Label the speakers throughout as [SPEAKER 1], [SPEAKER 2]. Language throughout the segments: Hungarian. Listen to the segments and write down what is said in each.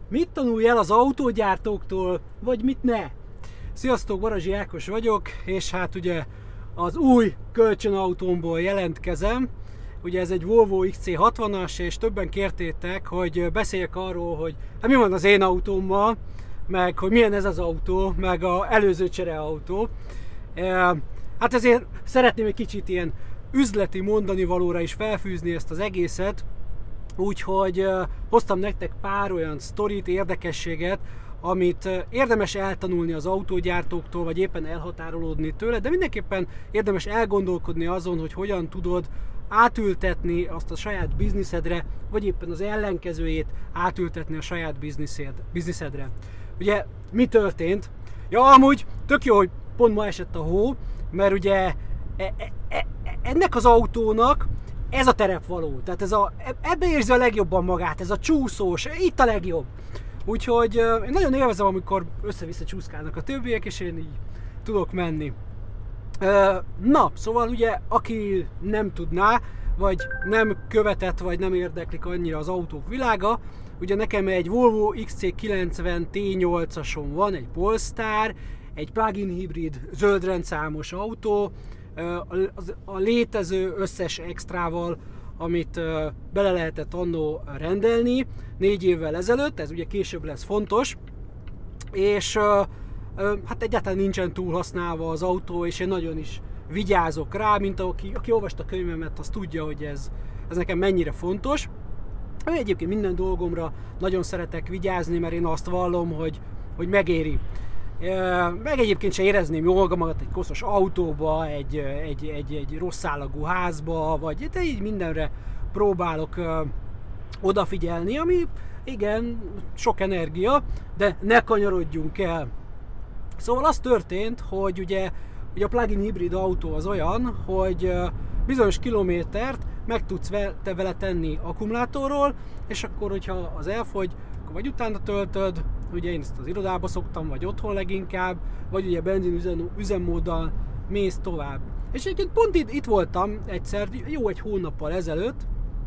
[SPEAKER 1] Mit tanulj el az autógyártóktól, vagy mit ne? Sziasztok, Barazsi Ákos vagyok, és hát ugye az új kölcsönautómból jelentkezem. Ugye ez egy Volvo XC60-as, és többen kértétek, hogy beszéljek arról, hogy hát mi van az én autómmal, meg hogy milyen ez az autó, meg az előző csereautó. Hát ezért szeretném egy kicsit ilyen üzleti mondani valóra is felfűzni ezt az egészet, úgyhogy hoztam nektek pár olyan sztorit, érdekességet, amit érdemes eltanulni az autógyártóktól, vagy éppen elhatárolódni tőle, de mindenképpen érdemes elgondolkodni azon, hogy hogyan tudod átültetni azt a saját bizniszedre, vagy éppen az ellenkezőjét átültetni a saját bizniszedre. Ugye mi történt? Ja, amúgy tök jó, hogy pont ma esett a hó, mert ugye ennek az autónak ez a terepvaló, tehát ebbe érzi a legjobban magát, ez a csúszós, itt a legjobb. Úgyhogy én nagyon élvezem, amikor össze-vissza csúszkálnak a többiek, és én így tudok menni. Na, szóval ugye, aki nem tudná, vagy nem követett, vagy nem érdeklik annyira az autók világa, ugye nekem egy Volvo XC90 T8-ason van, egy Polestar, egy plug-in hibrid zöldrendszámos autó, a létező összes extrával, amit bele lehetett annó rendelni 4 évvel ezelőtt, ez ugye később lesz fontos, és hát egyáltalán nincsen túl használva az autó, és én nagyon is vigyázok rá, mint aki olvasta a könyvemet, az tudja, hogy ez nekem mennyire fontos. Egyébként minden dolgomra nagyon szeretek vigyázni, mert én azt vallom, hogy megéri. Meg egyébként se érezném jól magamat egy koszos autóba, egy rossz állagú házba, vagy de így mindenre próbálok odafigyelni, ami igen, sok energia, de ne kanyarodjunk el. Szóval az történt, hogy ugye a plug-in hibrid autó az olyan, hogy bizonyos kilométert meg tudsz vele tenni akkumulátorról, és akkor, hogyha az elfogy, akkor vagy utána töltöd, ugye én ezt az irodába szoktam, vagy otthon leginkább, vagy ugye benzin üzemmóddal mész tovább. És egyébként pont itt voltam egyszer, jó egy hónappal ezelőtt,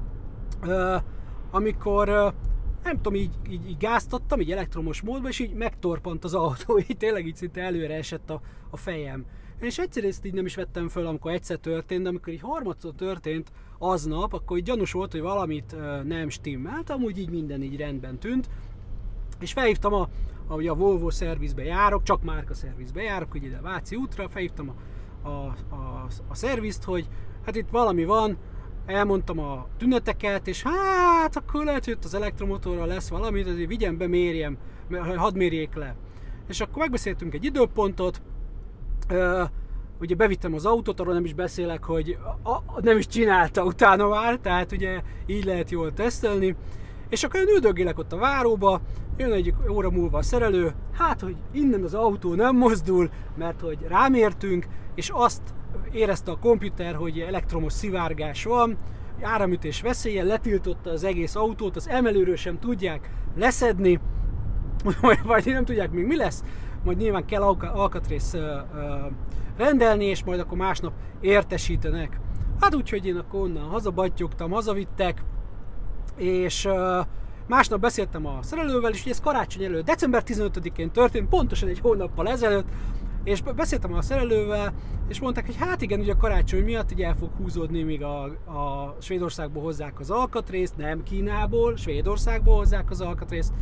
[SPEAKER 1] amikor nem tudom, így gáztattam, így elektromos módban, és így megtorpant az autó, így tényleg így szinte előre esett a fejem. És egyszer ezt így nem is vettem föl, amikor egyszer történt, de amikor így harmadszor történt aznap, akkor így gyanús volt, hogy valamit nem stimmelt, amúgy így minden így rendben tűnt. És felhívtam ugye a Volvo szervizbe járok, csak márka szervizbe járok, ugye ide a Váci útra, felhívtam a szervizt, hogy hát itt valami van, elmondtam a tüneteket, és hát akkor lehet, hogy az elektromotorral lesz valami, azért vigyen be, mérjem, hadd mérjék le. És akkor megbeszéltünk egy időpontot, ugye bevittem az autót, arról nem is beszélek, hogy nem is csinálta utána már, tehát ugye így lehet jól tesztelni. És akkor én üldögélek ott a váróba, jön egy óra múlva a szerelő, hát hogy innen az autó nem mozdul, mert hogy rámértünk, és azt érezte a komputer, hogy elektromos szivárgás van, áramütés veszélye, letiltotta az egész autót, az emelőről sem tudják leszedni, vagy nem tudják még mi lesz, majd nyilván kell alkatrész rendelni, és majd akkor másnap értesítenek. Hát úgyhogy én akkor onnan hazabattyogtam, hazavittek, és másnap beszéltem a szerelővel, és ugye ez karácsony előtt, december 15-én történt, pontosan egy hónappal ezelőtt, és beszéltem a szerelővel, és mondták, hogy hát igen, ugye a karácsony miatt így el fog húzódni, míg a Svédországból hozzák az alkatrészt, nem Kínából, Svédországból hozzák az alkatrészt,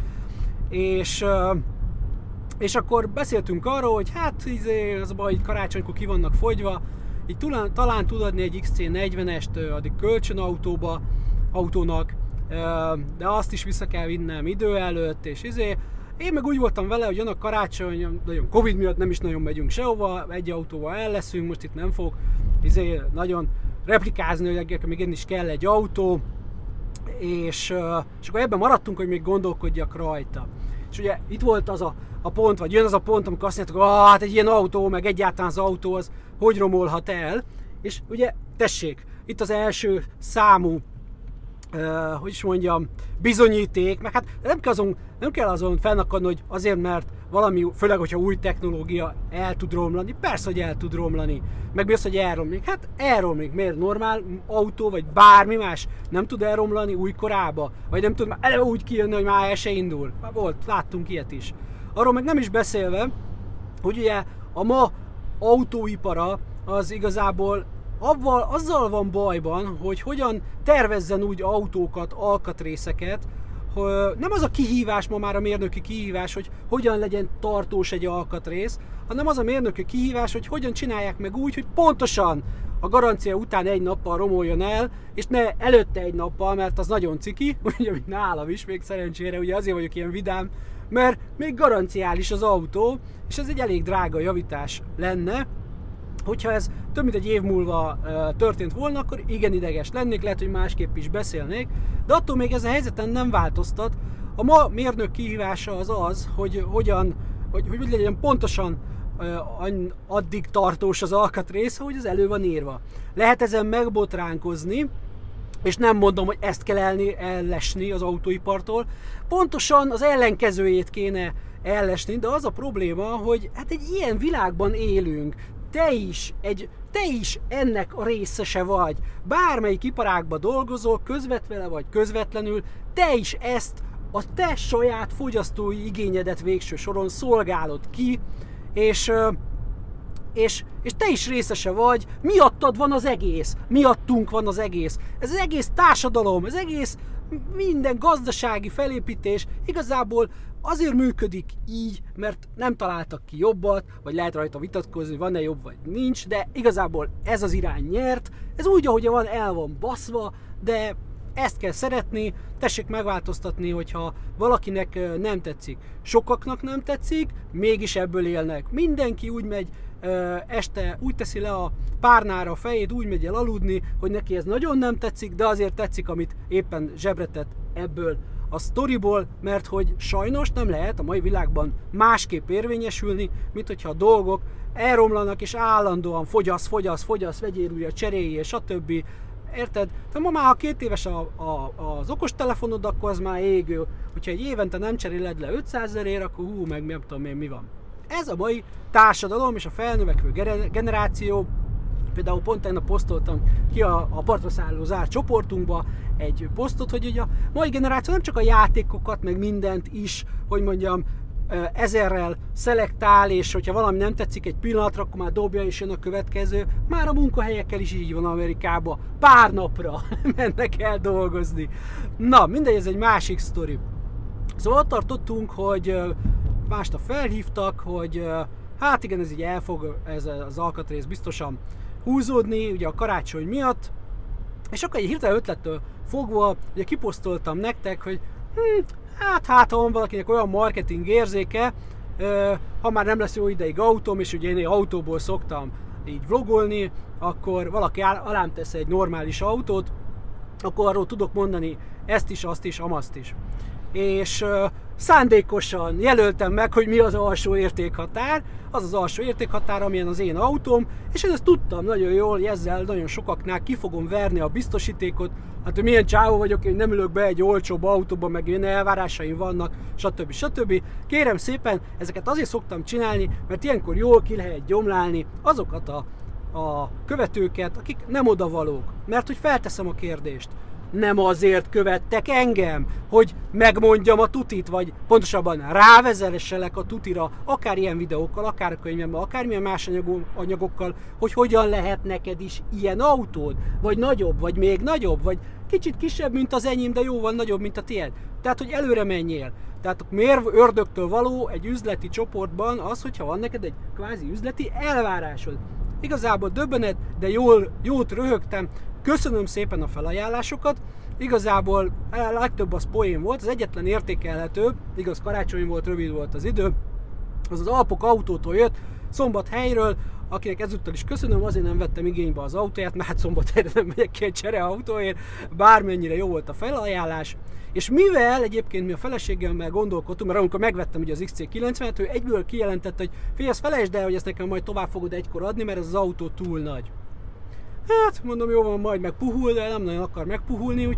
[SPEAKER 1] és akkor beszéltünk arról, hogy hát az a baj, hogy karácsonykor ki vannak fogyva, így talán tud adni egy XC40-est addig autónak, de azt is vissza kell vinnem idő előtt, és én meg úgy voltam vele, hogy jön a karácsony, nagyon Covid miatt nem is nagyon megyünk sehova, egy autóval el leszünk, most itt nem fogok nagyon replikázni, hogy még én is kell egy autó, és akkor ebben maradtunk, hogy még gondolkodjak rajta. És ugye itt volt az a pont, vagy jön az a pont, amikor azt mondjátok, hogy hát egy ilyen autó, meg egyáltalán az autó az hogy romolhat el, és ugye tessék, itt az első számú hogy is mondjam, bizonyíték, meg hát nem kell azon fennakadni, hogy azért, mert valami, főleg, hogyha új technológia el tud romlani, persze, hogy el tud romlani, meg mi az, hogy elromlik? Hát elromlik, miért normál autó, vagy bármi más nem tud elromlani újkorába, vagy nem tud már eleve úgy kijönni, hogy már el se indul. Láttunk ilyet is. Arról meg nem is beszélve, hogy ugye a ma autóipara az igazából azzal van bajban, hogy hogyan tervezzen úgy autókat, alkatrészeket, hogy nem az a kihívás, ma már a mérnöki kihívás, hogy hogyan legyen tartós egy alkatrész, hanem az a mérnöki kihívás, hogy hogyan csinálják meg úgy, hogy pontosan a garancia után egy nappal romoljon el, és ne előtte egy nappal, mert az nagyon ciki, ugye, mint nálam is, még szerencsére, ugye azért vagyok ilyen vidám, mert még garanciális az autó, és ez egy elég drága javítás lenne. Hogyha ez több mint egy év múlva történt volna, akkor igen ideges lennék, lehet, hogy másképp is beszélnék, de attól még ez a helyzeten nem változtat. A ma mérnök kihívása az, hogy hogy legyen pontosan addig tartós az alkatrész, hogy az elő van írva. Lehet ezen megbotránkozni, és nem mondom, hogy ezt kell ellesni az autóipartól, pontosan az ellenkezőjét kéne ellesni, de az a probléma, hogy hát egy ilyen világban élünk, te is ennek a részese vagy. Bármelyik iparágban dolgozol, közvetve vagy közvetlenül, te is ezt a te saját fogyasztói igényedet végső soron szolgálod ki, és te is részese vagy, miattad van az egész, miattunk van az egész. Ez az egész társadalom, ez egész minden gazdasági felépítés igazából azért működik így, mert nem találtak ki jobbat, vagy lehet rajta vitatkozni, van-e jobb vagy nincs, de igazából ez az irány nyert, ez úgy, ahogy van, el van baszva, de ezt kell szeretni, tessék megváltoztatni, hogyha valakinek nem tetszik. Sokaknak nem tetszik, mégis ebből élnek. Mindenki úgy megy este, úgy teszi le a párnára a fejét, úgy megy el aludni, hogy neki ez nagyon nem tetszik, de azért tetszik, amit éppen zsebre tett ebből a sztoriból, mert hogy sajnos nem lehet a mai világban másképp érvényesülni, mint hogyha a dolgok elromlanak és állandóan fogyasz, vegyél újra, cserélj, stb. Érted? Tehát ma már, ha 2 éves az okostelefonod, akkor az már égő. Hogyha egy évente nem cseréled le 500 000-ért, akkor meg nem tudom én mi van. Ez a mai társadalom és a felnövekvő generáció. Például pont tegnap posztoltam ki a partra szálló zárt csoportunkba egy posztot, hogy ugye a mai generáció nem csak a játékokat, meg mindent is, hogy mondjam, ezerrel szelektál, és hogyha valami nem tetszik egy pillanatra, akkor már dobja és jön a következő. Már a munkahelyekkel is így van Amerikában. Pár napra mennek el dolgozni. Na, mindegy, ez egy másik sztori. Szóval ott tartottunk, hogy másnap felhívtak, hogy hát igen, ez így ez az alkatrész biztosan húzódni, ugye a karácsony miatt, és akkor egy hirtelen ötlettől fogva, ugye kiposztoltam nektek, hogy hát ha van valakinek olyan marketing érzéke, ha már nem lesz jó ideig autóm, és ugye én autóból szoktam így vlogolni, akkor valaki alám tesz egy normális autót, akkor arról tudok mondani ezt is, azt is, amazt is. És szándékosan jelöltem meg, hogy mi az alsó értékhatár, az az alsó értékhatár, amilyen az én autóm, és én ezt tudtam nagyon jól, hogy ezzel nagyon sokaknál ki fogom verni a biztosítékot, hát hogy milyen csávó vagyok, én nem ülök be egy olcsóbb autóba, meg én elvárásaim vannak, stb. Kérem szépen, ezeket azért szoktam csinálni, mert ilyenkor jól ki lehet gyomlálni azokat a követőket, akik nem odavalók, mert hogy felteszem a kérdést. Nem azért követtek engem, hogy megmondjam a tutit, vagy pontosabban rávezesselek a tutira, akár ilyen videókkal, akár könyvemmel, akármilyen más anyagokkal, hogy hogyan lehet neked is ilyen autód, vagy nagyobb, vagy még nagyobb, vagy kicsit kisebb, mint az enyém, de jóval nagyobb, mint a tiéd. Tehát, hogy előre menjél. Tehát miért ördögtől való egy üzleti csoportban az, hogyha van neked egy kvázi üzleti elvárásod. Igazából döbbenet, de jót röhögtem. Köszönöm szépen a felajánlásokat, igazából a legtöbb az poén volt, az egyetlen értékelhető, igaz karácsony volt, rövid volt az idő, az Alpok autótól jött, Szombathelyről, akinek ezúttal is köszönöm, azért nem vettem igénybe az autóját, mert hát Szombathelyre nem megyek ki egy csereautóért, bármennyire jó volt a felajánlás, és mivel egyébként mi a feleségemmel gondolkodtunk, mert amikor megvettem ugye az XC90-et, ő egyből kijelentette, hogy figyelj, ezt felejtsd el, hogy ezt nekem majd tovább fogod egykor adni, mert ez az autó túl nagy. Hát mondom, jó van, majd megpuhul, de nem nagyon akar megpuhulni, úgyhogy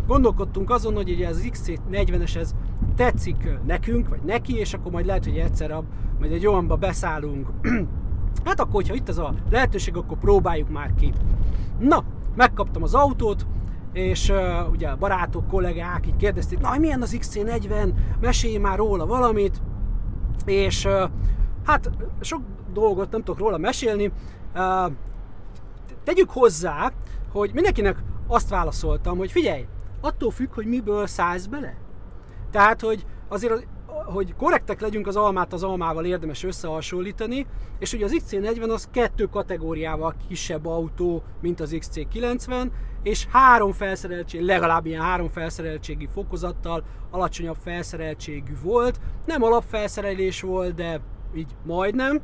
[SPEAKER 1] gondolkodtunk azon, hogy ugye az XC40-es ez tetszik nekünk, vagy neki, és akkor majd lehet, hogy egyszer majd egy olyanba beszállunk. Hát akkor, hogyha itt ez a lehetőség, akkor próbáljuk már ki. Na, megkaptam az autót, és ugye a barátok, kollégák így kérdezték, na, milyen az XC40, mesélj már róla valamit, és hát sok dolgot nem tudok róla mesélni. Tegyük hozzá, hogy mindenkinek azt válaszoltam, hogy figyelj, attól függ, hogy miből szállsz bele. Tehát, hogy azért, hogy korrektek legyünk, az almát az almával érdemes összehasonlítani, és ugye az XC40 az 2 kategóriával kisebb autó, mint az XC90, és legalább ilyen 3 felszereltségi fokozattal alacsonyabb felszereltségű volt. Nem alapfelszerelés volt, de így majdnem.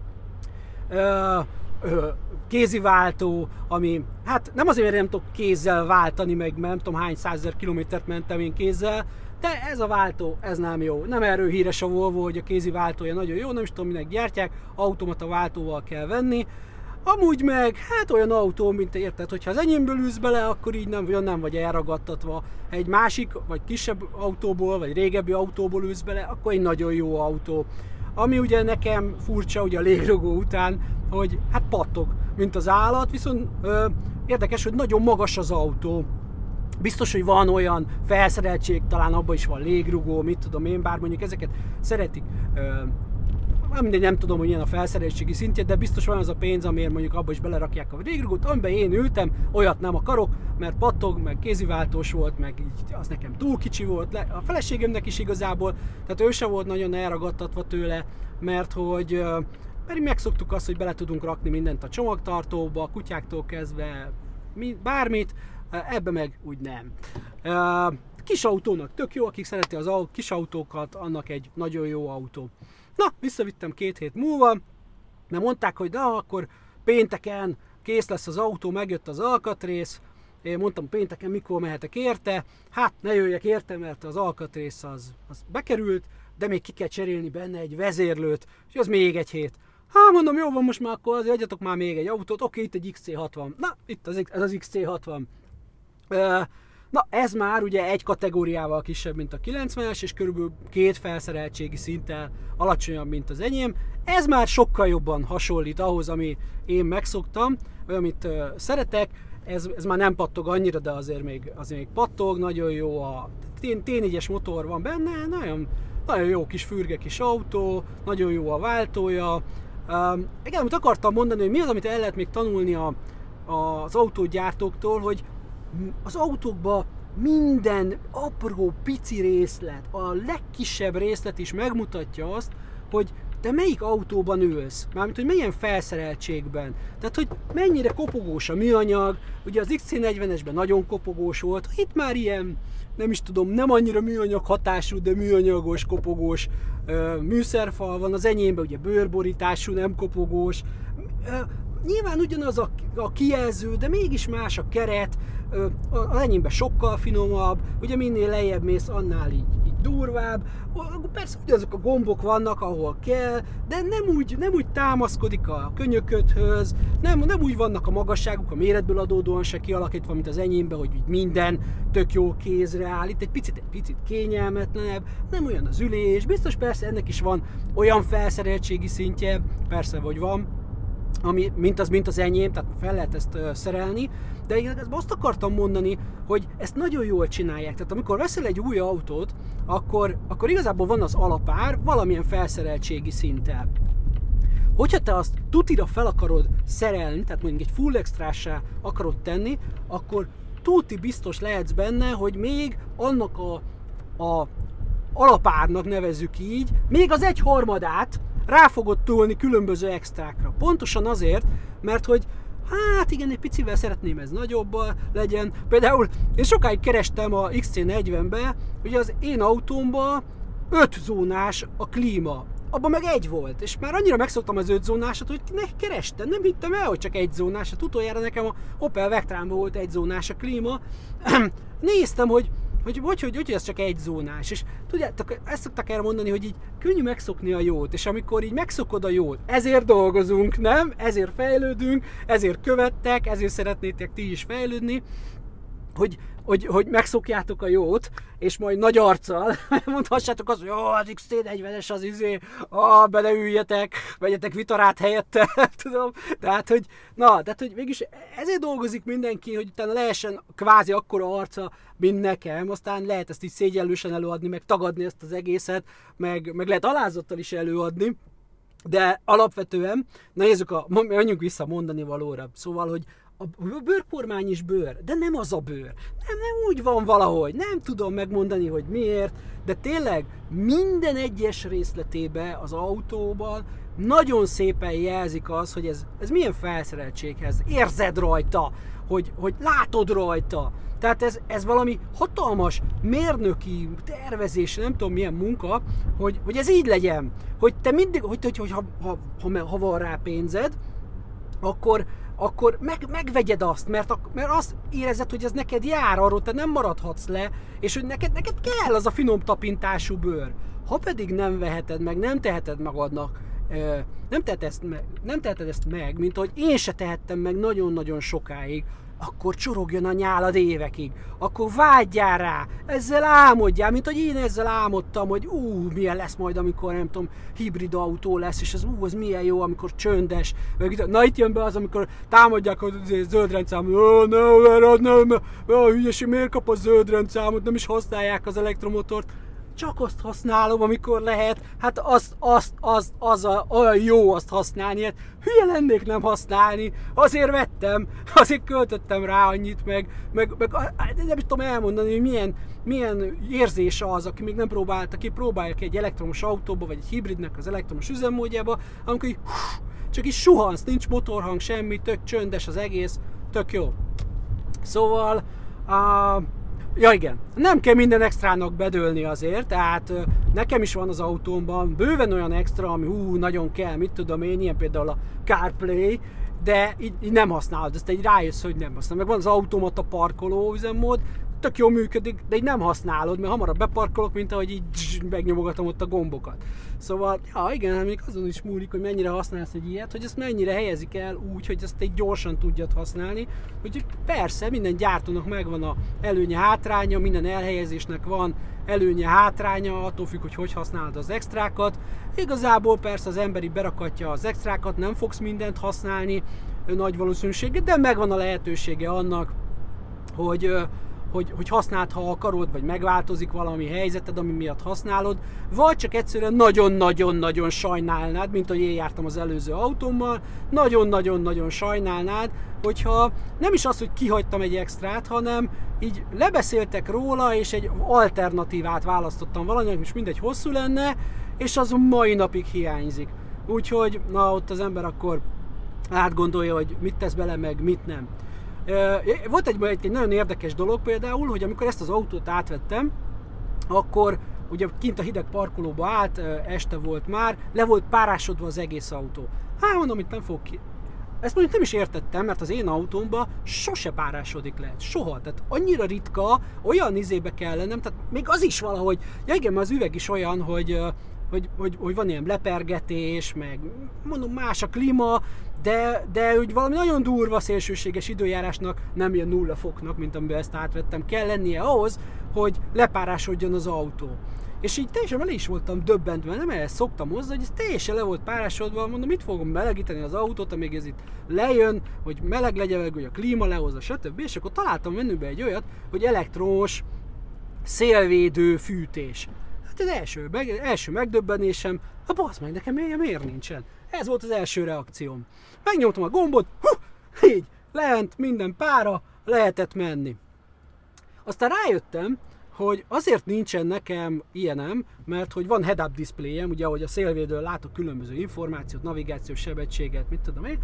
[SPEAKER 1] Kéziváltó, ami hát nem azért, mert nem tudok kézzel váltani, meg nem tudom hány 100 000 kilométert mentem én kézzel, de ez a váltó, ez nem jó. Nem erről híres a Volvo, hogy a kézi váltója nagyon jó, nem is tudom, minek gyártják, automata váltóval kell venni. Amúgy meg, hát olyan autó, mint te érted, hogyha az enyémből ülsz bele, akkor így nem vagy elragadtatva. Egy másik, vagy kisebb autóból, vagy régebbi autóból ülsz bele, akkor egy nagyon jó autó. Ami ugye nekem furcsa, ugye a légrugó után, hogy hát pattog, mint az állat, viszont érdekes, hogy nagyon magas az autó. Biztos, hogy van olyan felszereltség, talán abban is van légrugó, mit tudom én, bár mondjuk ezeket szeretik. Nem tudom, hogy ilyen a felszereltségi szintje, de biztos van az a pénz, amiért mondjuk abba is belerakják a légrugót, amiben én ültem, olyat nem akarok, mert pattog, meg kéziváltós volt, meg így az nekem túl kicsi volt, a feleségemnek is igazából, tehát ő sem volt nagyon elragadtatva tőle, mert megszoktuk azt, hogy bele tudunk rakni mindent a csomagtartóba, a kutyáktól kezdve bármit, ebbe meg úgy nem. Kis autónak tök jó, akik szereti az kis autókat, annak egy nagyon jó autó. Na, visszavittem 2 hét múlva, mert mondták, hogy akkor pénteken kész lesz az autó, megjött az alkatrész. Én mondtam, pénteken mikor mehetek érte. Hát ne jöjjek érte, mert az alkatrész az bekerült, de még ki kell cserélni benne egy vezérlőt, és az még 1 hét. Mondom, jó van, most már akkor azért adjatok már még egy autót, oké, itt egy XC60. Na, itt ez az XC60. Na, ez már ugye egy kategóriával kisebb, mint a 90-es, és körülbelül 2 felszereltségi szinttel alacsonyabb, mint az enyém. Ez már sokkal jobban hasonlít ahhoz, ami én megszoktam, vagy amit szeretek. Ez már nem pattog annyira, de azért még pattog, nagyon jó a T4-es motor van benne, nagyon jó kis fürge kis autó, nagyon jó a váltója. Igen, amit akartam mondani, hogy mi az, amit el lehet még tanulni az autógyártóktól, hogy az autókban minden apró pici részlet, a legkisebb részlet is megmutatja azt, hogy te melyik autóban ülsz, mármint, hogy milyen felszereltségben. Tehát, hogy mennyire kopogós a műanyag, ugye az XC40-esben nagyon kopogós volt, itt már ilyen, nem is tudom, nem annyira műanyag hatású, de műanyagos, kopogós műszerfal van, az enyémben ugye bőrborítású, nem kopogós. Nyilván ugyanaz a kijelző, de mégis más a keret, az enyémben sokkal finomabb, ugye minél lejjebb mész, annál így durvább. Persze ugyanazok a gombok vannak, ahol kell, de nem úgy támaszkodik a könyököthöz, nem úgy vannak a magasságuk, a méretből adódóan se kialakítva, mint az enyémben, hogy minden tök jó kézre áll. Itt egy picit kényelmetlenebb, nem olyan az ülés, biztos persze ennek is van olyan felszereltségi szintje, persze, hogy van, mint az enyém, tehát fel lehet ezt szerelni, de én azt akartam mondani, hogy ezt nagyon jól csinálják. Tehát amikor veszel egy új autót, akkor igazából van az alapár valamilyen felszereltségi szinttel. Hogyha te azt tutira fel akarod szerelni, tehát mondjuk egy full extrássá akarod tenni, akkor tuti biztos lehetsz benne, hogy még annak a alapárnak nevezzük így, még az 1/3 rá fogod tolni különböző extrákra. Pontosan azért, mert hogy hát igen, egy picivel szeretném ez nagyobb legyen. Például én sokáig kerestem a XC40-be, ugye az én autómban 5 zónás a klíma. Abban meg 1 volt, és már annyira megszoktam az 5 zónásat, hogy kerestem, nem hittem el, hogy csak 1 zónásat. Utoljára nekem a Opel Vectránban volt 1 zónás a klíma. Néztem, hogy ez csak 1 zónás, és tudjátok, ezt szoktak erre mondani, hogy így könnyű megszokni a jót, és amikor így megszokod a jót, ezért dolgozunk, nem? Ezért fejlődünk, ezért követtek, ezért szeretnétek ti is fejlődni, hogy hogy megszokjátok a jót, és majd nagy arccal mondhassátok azt, hogy jó, az XT40-es az beleüljetek, vegyetek vitarát helyette, tudom. Tehát, hogy mégis ezért dolgozik mindenki, hogy utána lehessen kvázi akkora arca, mint nekem, aztán lehet ezt így szégyenlősen előadni, meg tagadni ezt az egészet, meg lehet alázattal is előadni, de alapvetően, na nézzük, menjünk vissza mondani valóra. Szóval, hogy a bőrkormány is bőr, de nem az a bőr. Nem úgy van valahogy, nem tudom megmondani, hogy miért, de tényleg minden egyes részletében az autóban nagyon szépen jelzik az, hogy ez milyen felszereltséghez. Érzed rajta, hogy látod rajta. Tehát ez valami hatalmas mérnöki tervezés, nem tudom milyen munka, hogy ez így legyen. Hogy te mindig, ha van rá pénzed, akkor megvegyed azt, mert azt érezed, hogy ez neked jár, arról te nem maradhatsz le, és hogy neked kell az a finom tapintású bőr. Ha pedig nem veheted meg, nem teheted magadnak, nem teheted ezt meg, mint ahogy én se tehettem meg nagyon-nagyon sokáig, akkor csorogjon a nyálad évekig, akkor vágyjál rá, ezzel álmodjál, mint hogy én ezzel álmodtam, hogy milyen lesz majd, amikor nem tudom, hibrid autó lesz, és az milyen jó, amikor csöndes, na itt jön be az, amikor támadják a zöld rendszámot, hülyeség, miért kap a zöld rendszámot, nem is használják az elektromotort. Csak azt használom, amikor lehet, hát olyan jó azt használni, hát hülye lennék nem használni, azért vettem, azért költöttem rá annyit, meg nem tudom elmondani, hogy milyen érzés az, aki még nem próbálta ki, próbálja ki egy elektromos autóba, vagy egy hibridnek az elektromos üzemmódjába, amikor így, csak így suhansz, nincs motorhang, semmi, tök csöndes az egész, tök jó. Szóval, ja igen, nem kell minden extrának bedőlni azért, tehát nekem is van az autómban bőven olyan extra, ami nagyon kell, mit tudom én, ilyen például a CarPlay, de így nem használod, ezt így rájössz, hogy nem használod. Meg van az automata parkoló üzemmód, tök jól működik, de így nem használod, mert hamarabb beparkolok, mint ahogy így megnyomogatom ott a gombokat. Szóval, ja igen, még azon is múlik, hogy mennyire használsz egy ilyet, hogy ezt mennyire helyezik el úgy, hogy ezt egy gyorsan tudjad használni. Úgyhogy persze, minden gyártónak megvan a előnye, hátránya, minden elhelyezésnek van előnye, hátránya, attól függ, hogy használod az extrákat. Igazából persze az ember berakatja az extrákat, nem fogsz mindent használni nagy valószínűséggel, de megvan a lehetősége annak, hogy használd, ha akarod, vagy megváltozik valami helyzeted, ami miatt használod, vagy csak egyszerűen nagyon-nagyon-nagyon sajnálnád, mint ahogy én jártam az előző autómmal, nagyon-nagyon-nagyon sajnálnád, hogyha nem is az, hogy kihagytam egy extrát, hanem így lebeszéltek róla, és egy alternatívát választottam valaminek, és mindegy hosszú lenne, és az mai napig hiányzik. Úgyhogy, na ott az ember akkor átgondolja, hogy mit tesz bele, meg mit nem. Volt egy nagyon érdekes dolog például, hogy amikor ezt az autót átvettem, akkor ugye kint a hideg parkolóba állt, este volt már, le volt párásodva az egész autó. Mondom, itt nem fog ki. Ezt mondjuk nem is értettem, mert az én autómban sose párásodik le, soha. Tehát annyira ritka, olyan izébe kell lennem, tehát még az is valahogy, ja igen, mert az üveg is olyan, hogy van ilyen lepergetés, meg mondom más a klíma, de úgy valami nagyon durva szélsőséges időjárásnak, nem ilyen 0 foknak, mint amiben ezt átvettem, kell lennie ahhoz, hogy lepárásodjon az autó. És így teljesen vele is voltam döbbentve, nem ehhez szoktam hozzá, hogy ez teljesen le volt párásodva, mondom, mit fogom melegíteni az autót, amíg ez itt lejön, hogy meleg legyen, hogy a klíma lehozza, stb. És akkor találtam menübe egy olyat, hogy elektromos szélvédő fűtés. Hát az első megdöbbenésem, bassz meg, nekem miért nincsen? Ez volt az első reakcióm. Megnyomtam a gombot, így, lent, minden pára, lehetett menni. Aztán rájöttem, hogy azért nincsen nekem ilyenem, mert hogy van head-up diszpléjem, ugye ahogy a szélvédőn látok különböző információt, navigációs sebességet, mit tudom én,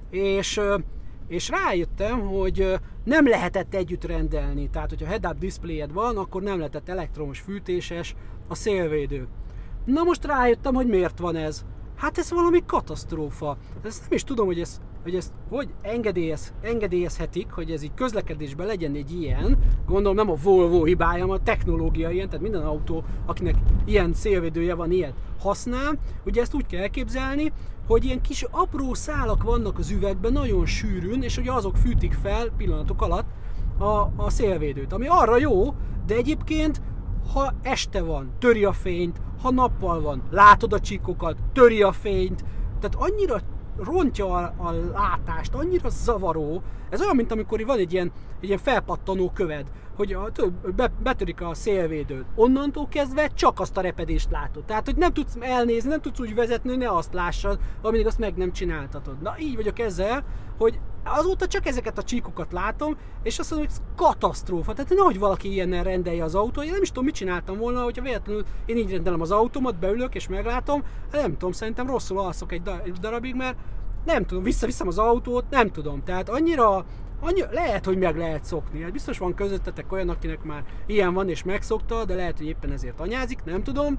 [SPEAKER 1] és rájöttem, hogy nem lehetett együtt rendelni, tehát hogyha head-up diszpléjed van, akkor nem lehetett elektromos fűtéses a szélvédő. Na most rájöttem, hogy miért van ez. Hát ez valami katasztrófa. Ezt nem is tudom, hogy ezt engedélyezhetik, hogy ez így közlekedésben legyen egy ilyen. Gondolom nem a Volvo hibája, a technológia ilyen, tehát minden autó, akinek ilyen szélvédője van, ilyet használ. Ugye ezt úgy kell elképzelni, hogy ilyen kis apró szálak vannak az üvegben nagyon sűrűn, és ugye azok fűtik fel pillanatok alatt a szélvédőt, ami arra jó, de egyébként, ha este van, töri a fényt, ha nappal van, látod a csíkokat, töri a fényt, tehát annyira rontja a látást, annyira zavaró. Ez olyan, mint amikor van egy ilyen felpattanó köved, hogy betörik a szélvédőt. Onnantól kezdve csak azt a repedést látod. Tehát, hogy nem tudsz elnézni, nem tudsz úgy vezetni, hogy ne azt lássad, amíg azt meg nem csináltatod. Na, így vagyok ezzel, hogy azóta csak ezeket a csíkokat látom, és azt mondom, hogy ez katasztrófa. Tehát nehogy valaki ilyennel rendelje az autót. Én nem is tudom, mit csináltam volna, hogyha véletlenül én így rendelem az autómat, beülök és meglátom, nem tudom, szerintem rosszul alszok egy darabig, mert nem tudom, visszaviszem az autót, nem tudom. Tehát annyira lehet, hogy meg lehet szokni. Hát biztos van közöttetek olyan, akinek már ilyen van és megszokta, de lehet, hogy éppen ezért anyázik, nem tudom.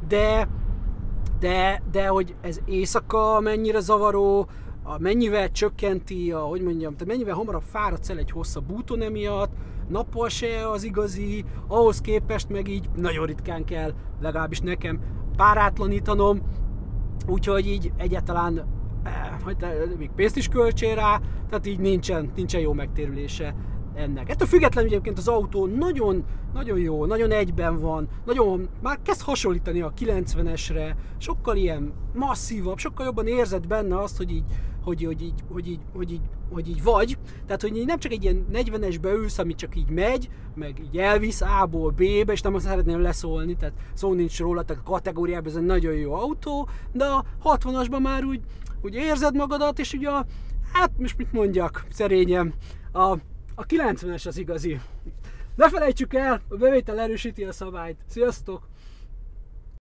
[SPEAKER 1] De hogy ez éjszaka mennyire zavaró, mennyivel csökkenti, hogy mondjam, tehát mennyivel hamarabb fáradsz el egy hosszabb úton emiatt, nappal se az igazi, ahhoz képest meg így nagyon ritkán kell, legalábbis nekem párátlanítanom, úgyhogy így egyáltalán még pénzt is költsél rá, tehát így nincsen jó megtérülése ennek. Ettől függetlenül egyébként az autó nagyon jó, nagyon egyben van, már kezd hasonlítani a 90-esre, sokkal ilyen masszívabb, sokkal jobban érzed benne azt, hogy így vagy. Tehát, hogy nem csak egy ilyen 40-esbe ülsz, ami csak így megy, meg így elvisz A-ból B-be, és nem azt szeretném leszólni, tehát szó nincs róla, tehát a kategóriában ez egy nagyon jó autó, de a 60-asban már úgy érzed magadat, és ugye hát most mit mondjak szerényen, a 90-es az igazi. Ne felejtsük el, a bevétel erősíti a szabályt. Sziasztok!